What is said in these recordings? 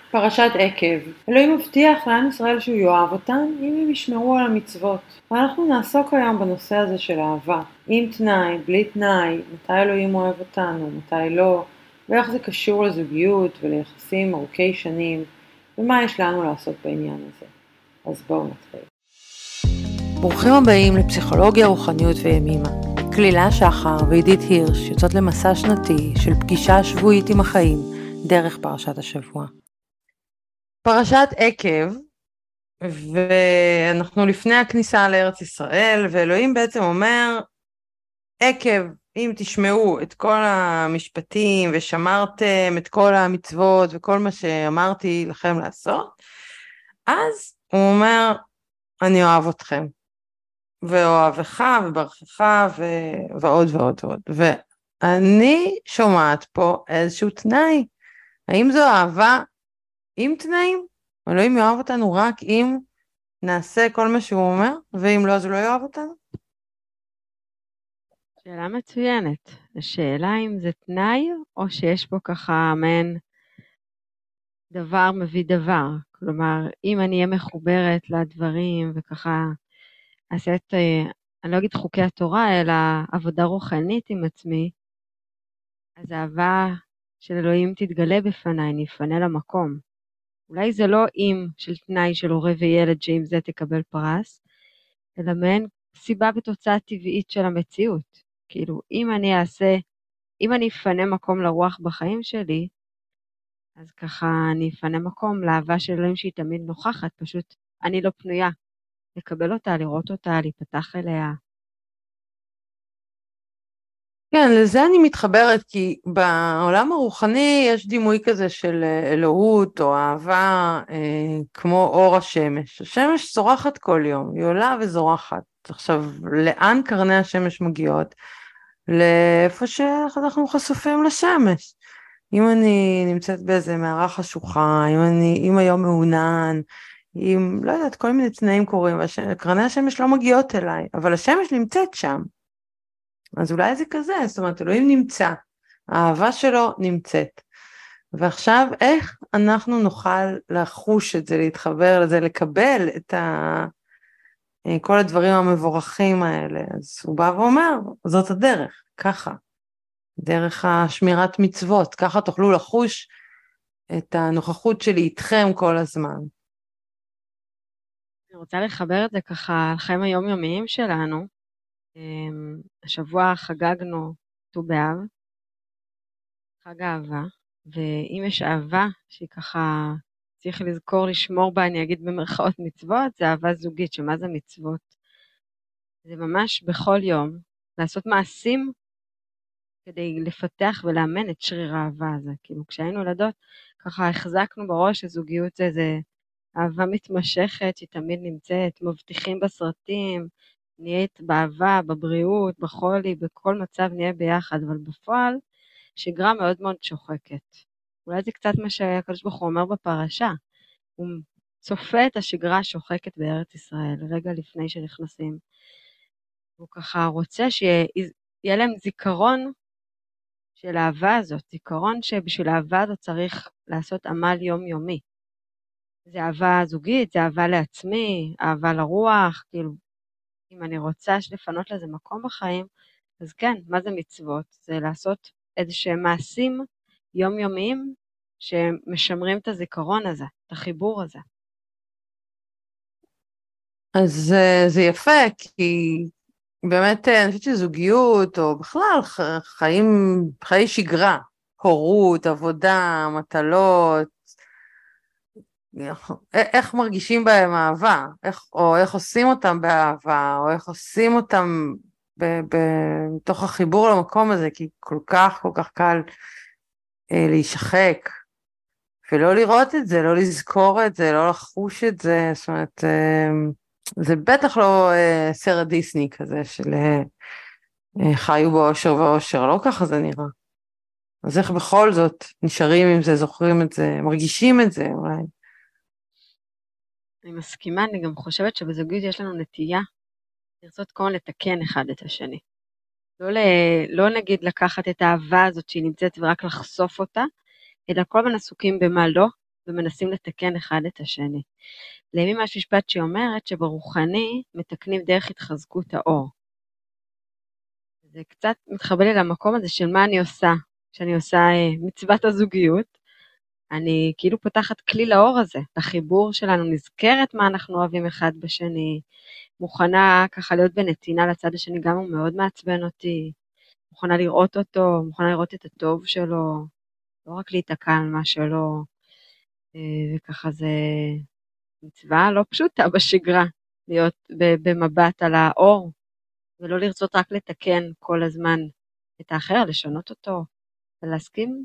פרשת עקב. אלוהים מבטיח לעם ישראל שהוא יאהב אותם אם הם ישמרו על המצוות. ואנחנו נעסוק היום בנושא הזה של אהבה. עם תנאי, בלי תנאי, מתי אלוהים אוהב אותנו, מתי לא, ואיך זה קשור לזוגיות וליחסים ארוכי שנים, ומה יש לנו לעשות בעניין הזה. אז בואו נתחיל. ברוכים הבאים לפסיכולוגיה, רוחניות וימימה. כלילה שחר ועידית הירש יוצאות למסע שנתי של פגישה שבועית עם החיים דרך פרשת השבוע. פרשת עקב, ואנחנו לפני הכניסה לארץ ישראל, ואלוהים בעצם אומר, עקב, אם תשמעו את כל המשפטים ושמרתם את כל המצוות וכל מה שאמרתי לכם לעשות, אז הוא אומר, אני אוהב אתכם, ואוהבך וברכך ועוד ועוד ועוד. ואני שומעת פה איזשהו תנאי, האם זו אהבה עם תנאים? אלוהים יאהב אותנו רק אם נעשה כל מה שהוא אומר, ואם לא, אז הוא לא יאהב אותנו? שאלה מצוינת. השאלה אם זה תנאי, או שיש פה ככה מעין דבר מביא דבר. כלומר, אם אני אהיה מחוברת לדברים, וככה אעשה את, אני לא אגיד חוקי התורה, אלא עבודה רוחנית עם עצמי, אז האהבה של אלוהים תתגלה בפניי, אני אפנה למקום. אולי זה לא אם של תנאי של הורה וילד שעם זה תקבל פרס, אלא מעין סיבה ותוצאה טבעית של המציאות. כאילו, אם אני אפנה מקום לרוח בחיים שלי, אז ככה אני אפנה מקום לאהבה של אלוהים שהיא תמיד נוכחת, פשוט אני לא פנויה לקבל אותה, לראות אותה, להיפתח אליה. כן, לזה אני מתחברת, כי בעולם הרוחני יש דימוי כזה של אלוהות או אהבה כמו אור השמש. השמש זורחת כל יום, היא עולה וזורחת. עכשיו, לאן קרני השמש מגיעות? לאיפה שאנחנו חשופים לשמש. אם אני נמצאת באיזה מערה חשוכה, אם היום מעונן, אם, לא יודעת, כל מיני תנאים קורים, קרני השמש לא מגיעות אליי, אבל השמש נמצאת שם. אז אולי זה כזה, זאת אומרת, אלוהים נמצא, האהבה שלו נמצאת. ועכשיו, איך אנחנו נוכל לחוש את זה, להתחבר לזה, לקבל את כל הדברים המבורכים האלה? אז הוא בא ואומר, זאת הדרך, ככה. דרך השמירת מצוות, ככה תוכלו לחוש את הנוכחות שלי איתכם כל הזמן. אני רוצה לחבר את זה ככה על חיים היומיומיים שלנו. השבוע חגגנו ט"ו באב, חג אהבה, ואם יש אהבה שהיא ככה צריך לזכור לשמור בה, אני אגיד במרכאות מצוות, זה אהבה זוגית. שמה זה מצוות? זה ממש בכל יום לעשות מעשים כדי לפתח ולאמן את שריר האהבה הזה. כאילו כשהיינו ילדות, ככה החזקנו בראש שזוגיות זה אהבה מתמשכת שתמיד נמצאת, מבטיחים בסרטים, נהיית באהבה, בבריאות, בחולי, בכל מצב נהיה ביחד, אבל בפועל שגרה מאוד מאוד שוחקת. אולי זה קצת מה שהקדוש ברוך הוא אומר בפרשה, הוא צופה את השגרה השוחקת בארץ ישראל, רגע לפני שנכנסים. הוא ככה רוצה שיהיה להם זיכרון של האהבה הזאת, זיכרון שבשביל האהבה הזאת צריך לעשות עמל יומיומי. זה אהבה זוגית, זה אהבה לעצמי, אהבה לרוח, כאילו, אם אני רוצה לפנות לזה מקום בחיים, אז כן, מה זה מצוות? זה לעשות איזשהם מעשים יומיומיים שמשמרים את הזיכרון הזה, את החיבור הזה. אז זה יפה, כי באמת אני חושבת שזוגיות, או בכלל חיי שגרה, הורות, עבודה, מטלות, איך מרגישים בהם אהבה, או איך עושים אותם באהבה, או איך עושים אותם בתוך החיבור למקום הזה, כי כל כך קל להישחק, ולא לראות את זה, לא לזכור את זה, לא לחוש את זה. זאת אומרת, זה בטח לא סרט דיסני כזה של חיו באושר ואושר, לא ככה זה נראה. אז איך בכל זאת נשארים עם זה, זוכרים את זה, מרגישים את זה אולי? אני מסכימה, אני גם חושבת שבזוגיות יש לנו נטייה לרצות כל לתקן אחד את השני. לא נגיד לקחת את האהבה הזאת שהיא נמצאת ורק לחשוף אותה, אלא כל הזמן עסוקים במה לא, ומנסים לתקן אחד את השני. לימים יש משפט שאומרת שברוחני מתקנים דרך התחזקות האור. זה קצת מתחבר לי למקום הזה של מה אני עושה, כשאני עושה מצוות הזוגיות, אני כאילו פותחת כלי לאור הזה, לחיבור שלנו, נזכרת מה אנחנו אוהבים אחד בשני, מוכנה ככה להיות בנתינה לצד השני, גם הוא מאוד מעצבן אותי, מוכנה לראות אותו, מוכנה לראות את הטוב שלו, לא רק להתעקע על מה שלו, וככה זה מצווה לא פשוטה בשגרה, להיות במבט על האור, ולא לרצות רק לתקן כל הזמן את האחר, לשנות אותו, ולהסכים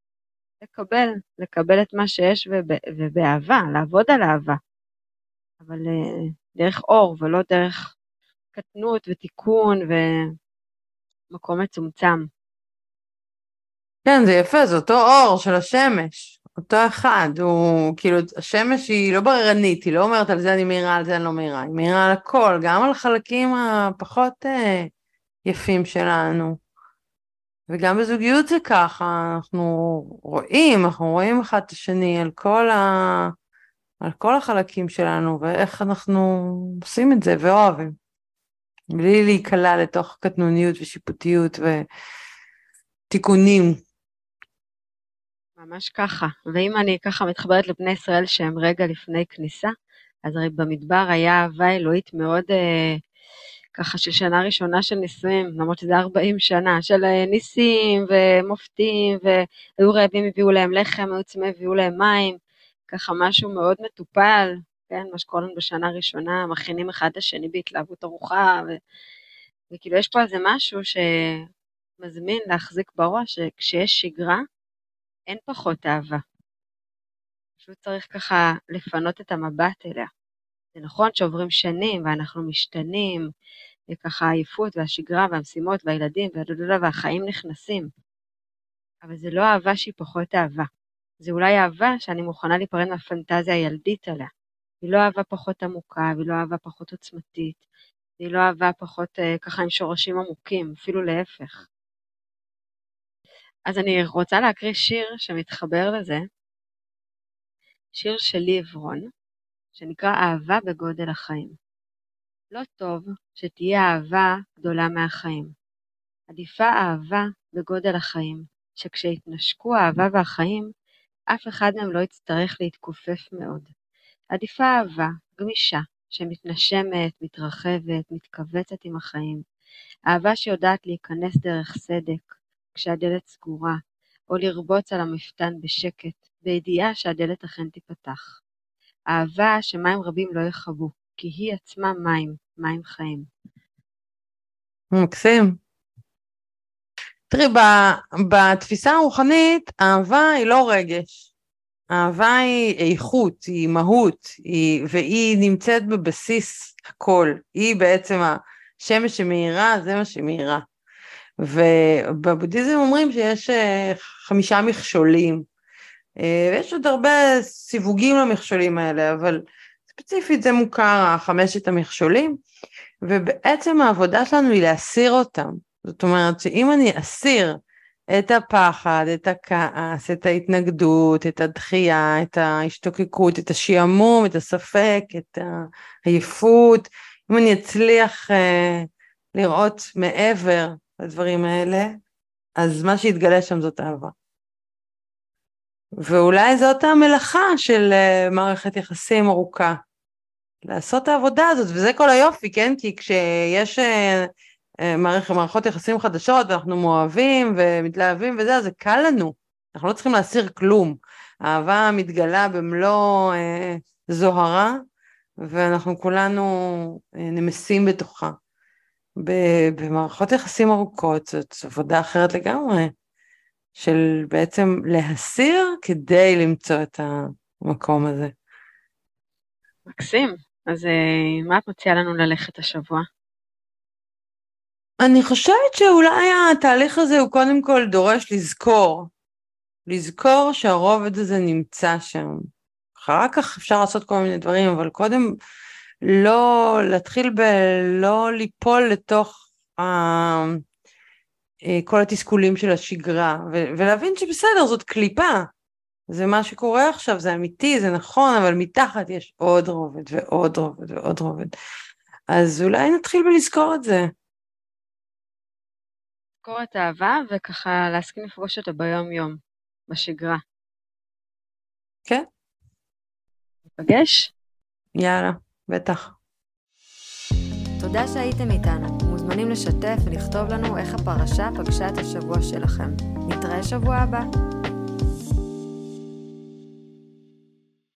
לקבל את מה שיש ובאהבה, לעבוד על אהבה, אבל דרך אור ולא דרך קטנות ותיקון ומקום מצומצם. כן, זה יפה, זה אותו אור של השמש, אותו אחד, הוא כאילו, השמש היא לא בררנית, היא לא אומרת על זה אני מאירה, על זה אני לא מאירה, היא מאירה על הכל, גם על החלקים הפחות יפים שלנו, וגם בזוגיות זה ככה, אנחנו רואים אחד את השני על כל החלקים שלנו, ואיך אנחנו עושים את זה ואוהבים, בלי להיקלע לתוך קטנוניות ושיפוטיות ותיקונים. ממש ככה, ואם אני ככה מתחברת לבני ישראל שהם רגע לפני כניסה, אז הרי במדבר היה אהבה אלוהית מאוד ככה של שנה ראשונה של נישואים, למרות שזה 40 שנה, של ניסים ומופתים, והיו רעבים הביאו להם לחם, היו צמאים הביאו להם מים, ככה משהו מאוד מטופל, כן, מה שקורה לנו בשנה ראשונה, מכינים אחד לשני בהתלהבות ארוחה, וכאילו יש פה איזה משהו שמזמין להחזיק בראש, שכשיש שגרה, אין פחות אהבה. פשוט צריך ככה לפנות את המבט אליה. זה נכון שעוברים שנים ואנחנו משתנים, וככה העייפות והשגרה והמשימות והילדים והחיים נכנסים. אבל זה לא אהבה שהיא פחות אהבה. זה אולי אהבה שאני מוכנה להיפרד מהפנטזיה הילדית עליה. היא לא אהבה פחות עמוקה, והיא לא אהבה פחות עוצמתית, והיא לא אהבה פחות ככה עם שורשים עמוקים, אפילו להפך. אז אני רוצה להקריא שיר שמתחבר לזה, שיר של לי עברון, שנקרא אהבה בגודל החיים. לא טוב שתהיה אהבה גדולה מהחיים. עדיפה אהבה בגודל החיים, שכשיתנשקו האהבה והחיים, אף אחד מהם לא יצטרך להתכופף מאוד. עדיפה אהבה גמישה, שמתנשמת, מתרחבת, מתכווצת עם החיים. אהבה שיודעת להיכנס דרך סדק, כשהדלת סגורה, או לרבוץ על המפתן בשקט, בידיעה שהדלת אכן תיפתח. אהבה שמים רבים לא יחבו, כי היא עצמה מים חיים. מקסים. תראי, בתפיסה הרוחנית, אהבה היא לא רגש. אהבה היא איכות, היא מהות, והיא נמצאת בבסיס הכל. היא בעצם השמש שמאירה, זה מה שמאירה. ובבודהיזם אומרים שיש 5 מכשולים, ויש עוד הרבה סיווגים למכשולים האלה, אבל ספציפית זה מוכר, 5 המכשולים, ובעצם העבודה שלנו היא להסיר אותם. זאת אומרת שאם אני אסיר את הפחד, את הכעס, את ההתנגדות, את הדחייה, את ההשתוקקות, את השיעמום, את הספק, את העייפות, אם אני אצליח לראות מעבר לדברים האלה, אז מה שיתגלה שם זאת אהבה. ואולי זאת המלאכה של מערכת יחסים ארוכה, לעשות את העבודה הזאת, וזה כל היופי, כן? כי כשיש מערכות יחסים חדשות, ואנחנו מאוהבים ומתלהבים וזה, אז זה קל לנו, אנחנו לא צריכים להסיר כלום, האהבה מתגלה במלוא זוהרה, ואנחנו כולנו נמסים בתוכה. במערכות יחסים ארוכות, זאת עבודה אחרת לגמרי, של בעצם להסיר כדי למצוא את המקום הזה. מקסים. אז מה את מציעה לנו ללכת השבוע? אני חושבת שאולי התהליך הזה הוא קודם כל דורש לזכור שהרובד הזה נמצא שם. אחר כך אפשר לעשות כל מיני דברים, אבל קודם לא להתחיל לא ליפול לתוך כל התסכולים של השגרה, ולהבין שבסדר, זאת קליפה. זה מה שקורה עכשיו, זה אמיתי, זה נכון, אבל מתחת יש עוד רובד ועוד רובד ועוד רובד. אז אולי נתחיל בלזכור את זה. לזכור את האהבה וככה להסכים לפגוש אותה ביום יום, בשגרה. כן? נפגש? יאללה, בטח. תודה שהייתם איתנו. מוזמנים לשתף ולכתוב לנו איך הפרשה פגשה את השבוע שלכם. נתראה שבוע הבא.